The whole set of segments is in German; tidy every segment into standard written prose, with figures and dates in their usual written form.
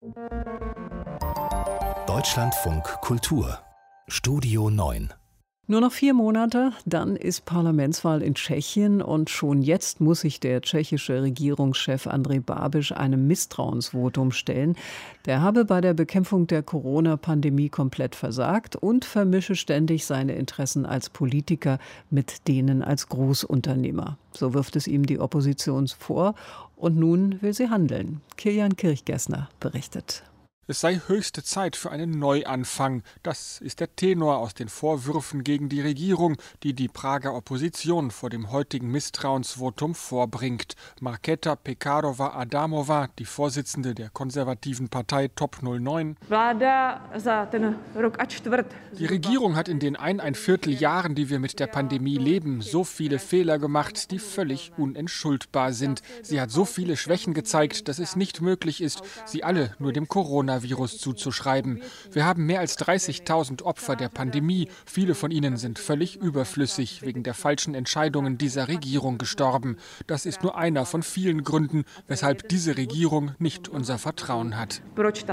Deutschlandfunk Kultur Studio 9. Nur noch 4 Monate, dann ist Parlamentswahl in Tschechien und schon jetzt muss sich der tschechische Regierungschef Andrej Babiš einem Misstrauensvotum stellen. Der habe bei der Bekämpfung der Corona-Pandemie komplett versagt und vermische ständig seine Interessen als Politiker mit denen als Großunternehmer. So wirft es ihm die Opposition vor und nun will sie handeln. Kilian Kirchgessner berichtet. Es sei höchste Zeit für einen Neuanfang. Das ist der Tenor aus den Vorwürfen gegen die Regierung, die die Prager Opposition vor dem heutigen Misstrauensvotum vorbringt. Markéta Pekarová-Adamová, die Vorsitzende der konservativen Partei TOP 09. Die Regierung hat in den 1,25 Jahren, die wir mit der Pandemie leben, so viele Fehler gemacht, die völlig unentschuldbar sind. Sie hat so viele Schwächen gezeigt, dass es nicht möglich ist, sie alle nur dem Coronavirus zuzuschreiben. Wir haben mehr als 30.000 Opfer der Pandemie. Viele von ihnen sind völlig überflüssig wegen der falschen Entscheidungen dieser Regierung gestorben. Das ist nur einer von vielen Gründen, weshalb diese Regierung nicht unser Vertrauen hat.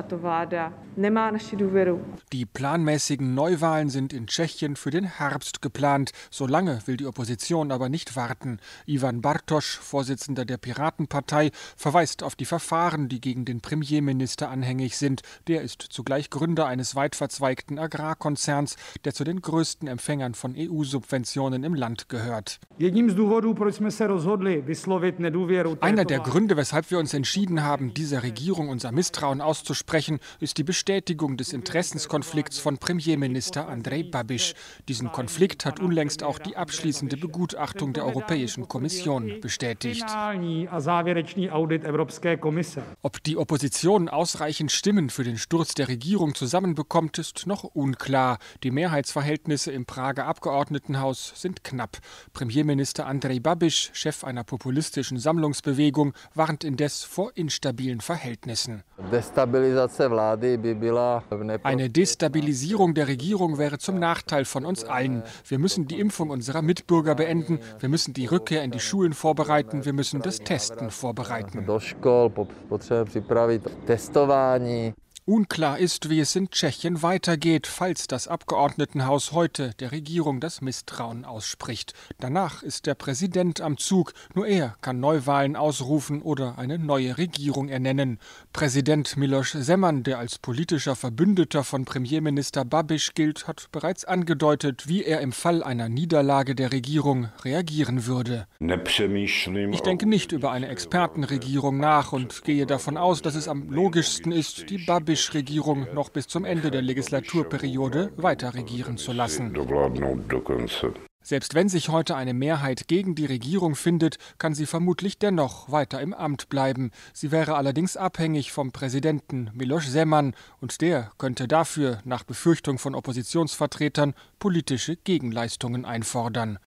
Die planmäßigen Neuwahlen sind in Tschechien für den Herbst geplant. So lange will die Opposition aber nicht warten. Ivan Bartoš, Vorsitzender der Piratenpartei, verweist auf die Verfahren, die gegen den Premierminister anhängig sind. Der ist zugleich Gründer eines weit verzweigten Agrarkonzerns, der zu den größten Empfängern von EU-Subventionen im Land gehört. Einer der Gründe, weshalb wir uns entschieden haben, dieser Regierung unser Misstrauen auszusprechen, ist die Bestätigung des Interessenskonflikts von Premierminister Andrej Babiš. Diesen Konflikt hat unlängst auch die abschließende Begutachtung der Europäischen Kommission bestätigt. Ob die Opposition ausreichend Stimmen für den Sturz der Regierung zusammenbekommt, ist noch unklar. Die Mehrheitsverhältnisse im Prager Abgeordnetenhaus sind knapp. Premierminister Andrej Babiš, Chef einer populistischen Sammlungsbewegung, warnt indes vor instabilen Verhältnissen. Eine Destabilisierung der Regierung wäre zum Nachteil von uns allen. Wir müssen die Impfung unserer Mitbürger beenden, wir müssen die Rückkehr in die Schulen vorbereiten, wir müssen das Testen vorbereiten. Unklar ist, wie es in Tschechien weitergeht, falls das Abgeordnetenhaus heute der Regierung das Misstrauen ausspricht. Danach ist der Präsident am Zug. Nur er kann Neuwahlen ausrufen oder eine neue Regierung ernennen. Präsident Miloš Zeman, der als politischer Verbündeter von Premierminister Babiš gilt, hat bereits angedeutet, wie er im Fall einer Niederlage der Regierung reagieren würde. Ich denke nicht über eine Expertenregierung nach und gehe davon aus, dass es am logischsten ist, die Babiš-Regierung noch bis zum Ende der Legislaturperiode weiter regieren zu lassen. Selbst wenn sich heute eine Mehrheit gegen die Regierung findet, kann sie vermutlich dennoch weiter im Amt bleiben. Sie wäre allerdings abhängig vom Präsidenten Miloš Zeman und der könnte dafür, nach Befürchtung von Oppositionsvertretern, politische Gegenleistungen einfordern.